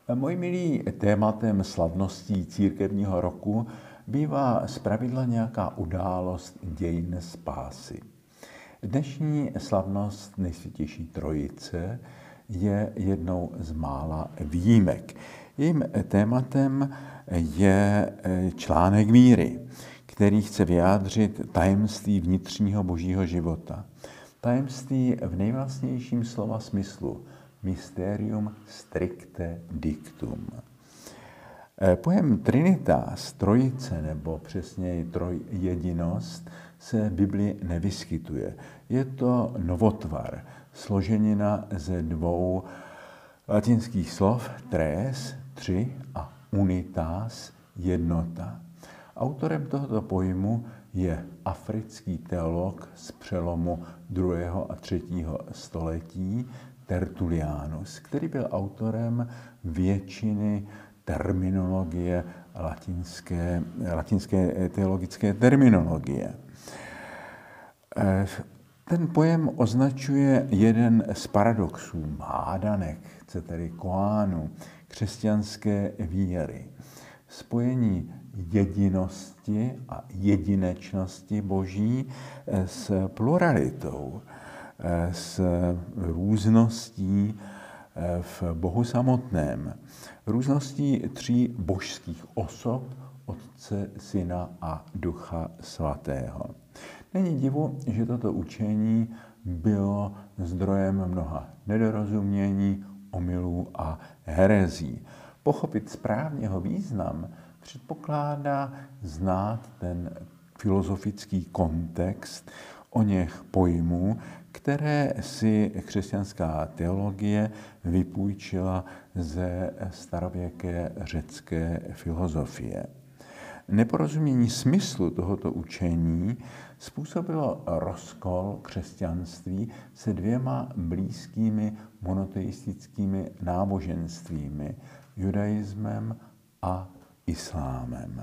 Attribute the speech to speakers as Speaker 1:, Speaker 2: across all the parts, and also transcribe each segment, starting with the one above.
Speaker 1: Moji milí, tématem slavností církevního roku bývá zpravidla nějaká událost dějin spásy. Dnešní slavnost Nejsvětější Trojice je jednou z mála výjimek. Jejím tématem je článek víry, který chce vyjádřit tajemství vnitřního božího života. Tajemství v nejvlastnějším slova smyslu. Mysterium stricte dictum. Pojem trinitas, trojice, nebo přesněji trojjedinost, se v Biblii nevyskytuje. Je to novotvar, složenina ze dvou latinských slov tres, tři, a unitas, jednota. Autorem tohoto pojmu je africký teolog z přelomu 2. a 3. století Tertullianus, který byl autorem většiny terminologie latinské teologické terminologie. Ten pojem označuje jeden z paradoxů, hádanek, chcete-li koánů, křesťanské víry. Spojení jedinosti a jedinečnosti Boží s pluralitou, s růzností v Bohu samotném, růzností tří božských osob, Otce, Syna a Ducha Svatého. Není divu, že toto učení bylo zdrojem mnoha nedorozumění, omylů a herezí. Pochopit správně jeho význam předpokládá znát ten filozofický kontext oněch pojmů, které si křesťanská teologie vypůjčila ze starověké řecké filozofie. Neporozumění smyslu tohoto učení způsobilo rozkol křesťanství se dvěma blízkými monoteistickými náboženstvími, judaismem a islámem.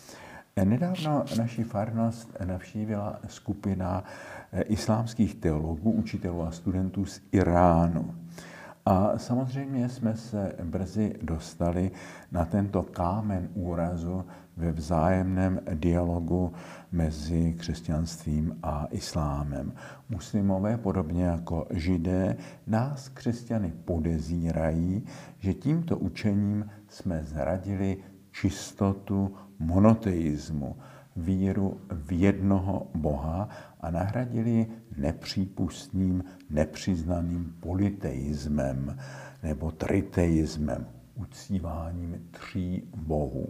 Speaker 1: Nedávno naši farnost navštívila skupina islámských teologů, učitelů a studentů z Iránu. A samozřejmě jsme se brzy dostali na tento kámen úrazu ve vzájemném dialogu mezi křesťanstvím a islámem. Muslimové, podobně jako židé, nás křesťany podezírají, že tímto učením jsme zradili čistotu monoteismu, víru v jednoho Boha a nahradili nepřípustným, nepřiznaným polyteismem nebo triteismem, uctíváním tří bohů.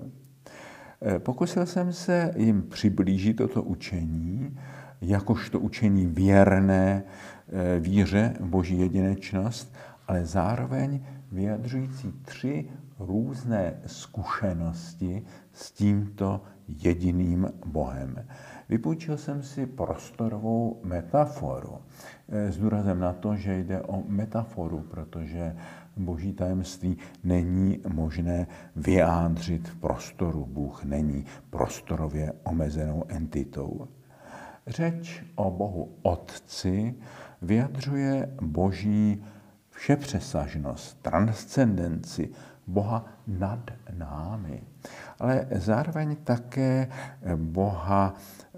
Speaker 1: Pokusil jsem se jim přiblížit toto učení, jakožto učení věrné víře v Boží jedinečnost, ale zároveň vyjadřující tři různé zkušenosti s tímto jediným Bohem. Vypůjčil jsem si prostorovou metaforu s důrazem na to, že jde o metaforu, protože Boží tajemství není možné vyjádřit v prostoru. Bůh není prostorově omezenou entitou. Řeč o Bohu Otci vyjadřuje Boží všepřesažnost, transcendenci, Boha nad námi, ale zároveň také Boha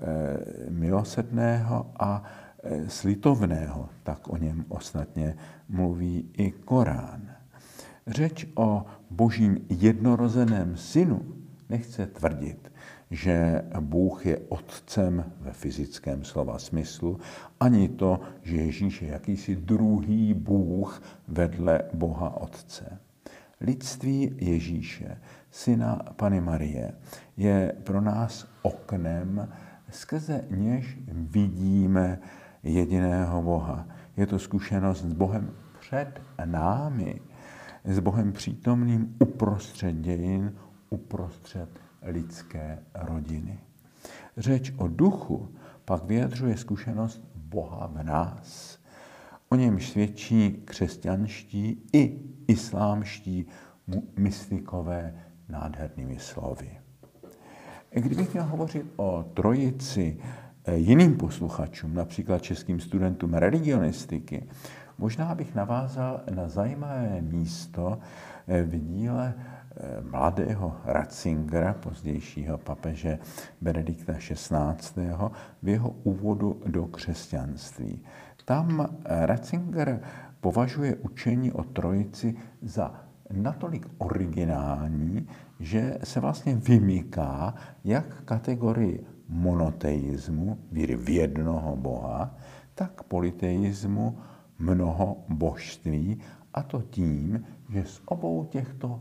Speaker 1: milosrdného a slitovného, tak o něm ostatně mluví i Korán. Řeč o Božím jednorozeném synu nechce tvrdit, že Bůh je otcem ve fyzickém slova smyslu, ani to, že Ježíš je jakýsi druhý Bůh vedle Boha Otce. Lidství Ježíše, syna Panny Marie, je pro nás oknem, skrze něž vidíme jediného Boha. Je to zkušenost s Bohem před námi, s Bohem přítomným uprostřed dějin, uprostřed lidské rodiny. Řeč o duchu pak vyjadřuje zkušenost Boha v nás. O něm svědčí křesťanští i islámští mystikové nádhernými slovy. Kdybych měl hovořit o trojici jiným posluchačům, například českým studentům religionistiky, Možná bych navázal na zajímavé místo v díle mladého Ratzingera, pozdějšího papeže Benedikta XVI., v jeho úvodu do křesťanství. Tam Ratzinger považuje učení o Trojici za natolik originální, že se vlastně vymyká jak kategorii monoteismu, víry v jednoho Boha, tak polyteismu mnoho božství, a to tím, že z obou těchto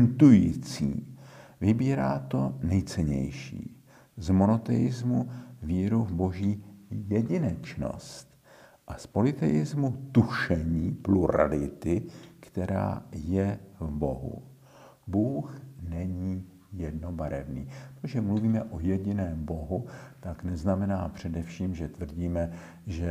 Speaker 1: intuicí vybírá to nejcennější. Z monoteismu víru v boží jedinečnost a z polyteismu tušení plurality, která je v Bohu. Bůh není jednobarevný. Protože mluvíme o jediném Bohu, tak neznamená především, že tvrdíme, že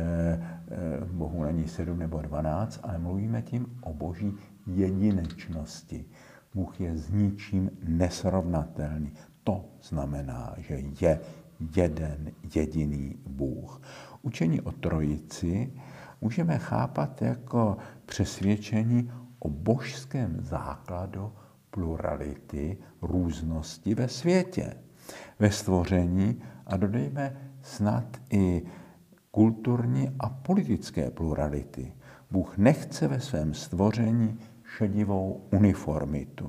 Speaker 1: Bohu není 7 nebo 12, ale mluvíme tím o boží jedinečnosti. Bůh je s ničím nesrovnatelný. To znamená, že je jeden jediný Bůh. Učení o Trojici můžeme chápat jako přesvědčení o božském základu plurality, různosti ve světě, ve stvoření a dodejme snad i kulturní a politické plurality. Bůh nechce ve svém stvoření šedivou uniformitu.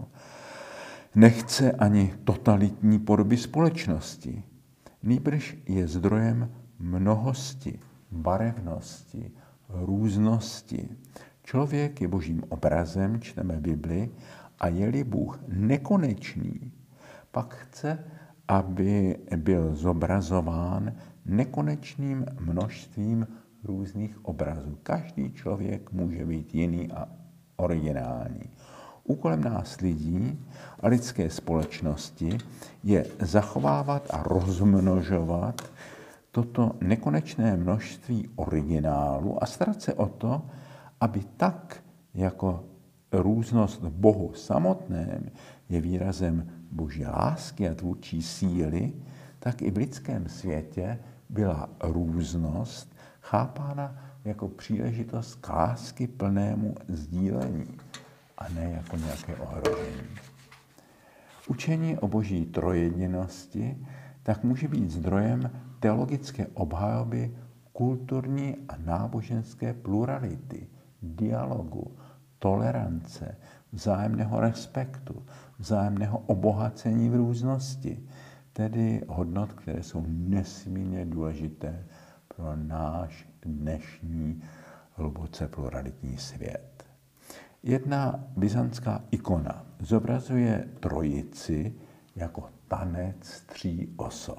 Speaker 1: Nechce ani totalitní podoby společnosti. Nýbrž je zdrojem mnohosti, barevnosti, různosti. Člověk je božím obrazem, čteme Bibli, a je-li Bůh nekonečný, pak chce, aby byl zobrazován nekonečným množstvím různých obrazů. Každý člověk může být jiný a originální. Úkolem nás lidí a lidské společnosti je zachovávat a rozmnožovat toto nekonečné množství originálu a starat se o to, aby tak, jako různost v Bohu samotném je výrazem boží lásky a tvůrčí síly, tak i v lidském světě byla různost chápána jako příležitost k lásky plnému sdílení a ne jako nějaké ohrožení. Učení o boží trojjedinosti tak může být zdrojem teologické obhajoby kulturní a náboženské plurality, dialogu, tolerance, vzájemného respektu, vzájemného obohacení v různosti, tedy hodnot, které jsou nesmírně důležité pro náš dnešní hluboce pluralitní svět. Jedna byzantská ikona zobrazuje Trojici jako tanec 3 osob.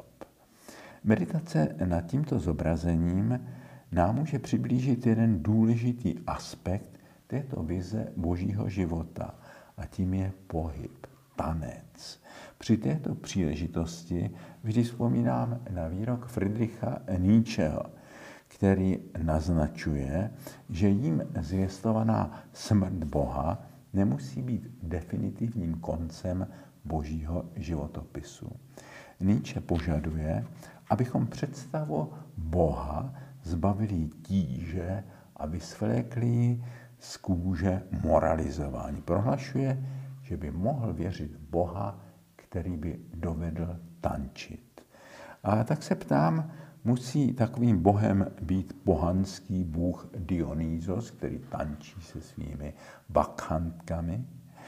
Speaker 1: Meditace nad tímto zobrazením nám může přiblížit jeden důležitý aspekt této vize božího života, a tím je pohyb, tanec. Při této příležitosti vždy vzpomínám na výrok Friedricha Nietzscheho, který naznačuje, že jim zvěstovaná smrt Boha nemusí být definitivním koncem božího životopisu. Nietzsche požaduje, abychom představu Boha zbavili tíže a vysvlékli ji z kůže moralizování. Prohlašuje, že by mohl věřit v Boha, který by dovedl tančit. A tak se ptám, musí takovým bohem být pohanský bůh Dionysos, který tančí se svými bakchantkami?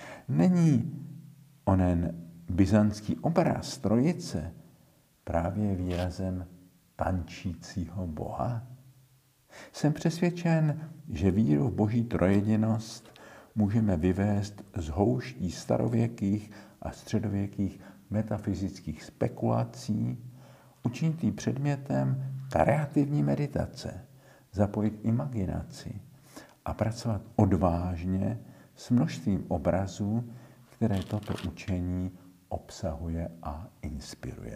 Speaker 1: Není onen byzantský obraz Trojice právě výrazem tančícího Boha? Jsem přesvědčen, že víru v boží trojjedinost můžeme vyvést z houští starověkých a středověkých metafyzických spekulací, učinit ji předmětem kreativní meditace, zapojit imaginaci a pracovat odvážně s množstvím obrazů, které toto učení obsahuje a inspiruje.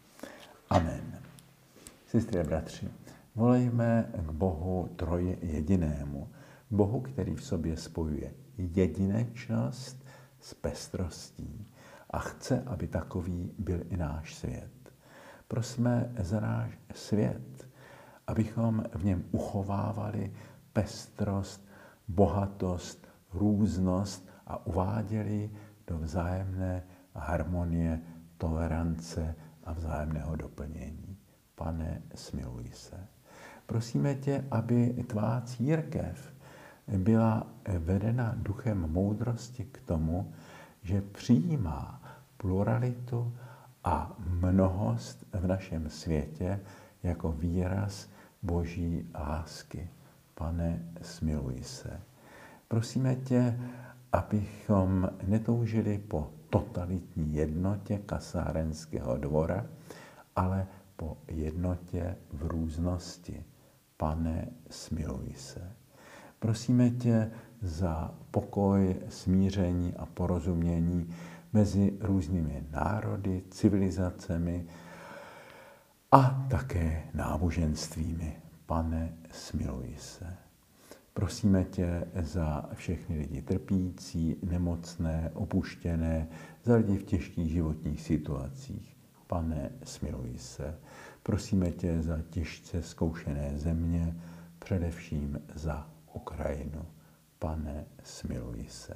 Speaker 1: Amen. Sestry a bratři, volejme k Bohu trojjedinému, Bohu, který v sobě spojuje jedinečnost s pestrostí a chce, aby takový byl i náš svět. Prosme za náš svět, abychom v něm uchovávali pestrost bohatost, různost a uváděli do vzájemné harmonie, tolerance a vzájemného doplnění. Pane, smiluj se. Prosíme tě, aby tvá církev byla vedena duchem moudrosti k tomu, že přijímá pluralitu a mnohost v našem světě jako výraz Boží lásky. Pane, smiluj se. Prosíme tě, abychom netoužili po totalitní jednotě kasárenského dvora, ale po jednotě v různosti. Pane, smiluj se. Prosíme tě za pokoj, smíření a porozumění mezi různými národy, civilizacemi a také náboženstvími. Pane, smiluj se. Prosíme tě za všechny lidi trpící, nemocné, opuštěné, za lidi v těžkých životních situacích. Pane, smiluj se. Prosíme tě za těžce zkoušené země, především za Ukrajinu. Pane, smiluj se.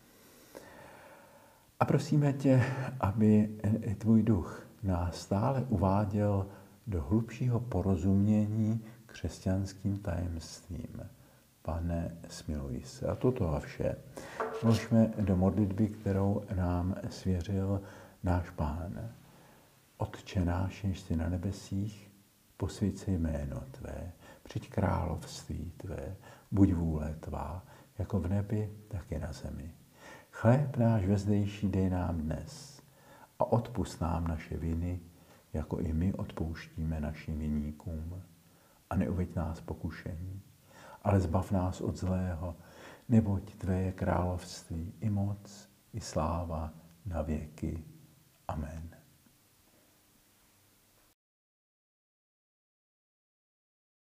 Speaker 1: A prosíme tě, aby tvůj duch nás stále uváděl do hlubšího porozumění křesťanským tajemstvím. Pane, smiluj se. A toto a vše vložme do modlitby, kterou nám svěřil náš Pán. Otče náš, jenž jsi na nebesích, posvěť se jméno tvé, přijď království tvé, buď vůle tvá, jako v nebi, tak i na zemi. Chléb náš vezdejší dej nám dnes a odpusť nám naše viny, jako i my odpouštíme našim viníkům. A neuveď nás pokušení, ale zbav nás od zlého, neboť tvé je království i moc, i sláva na věky. Amen.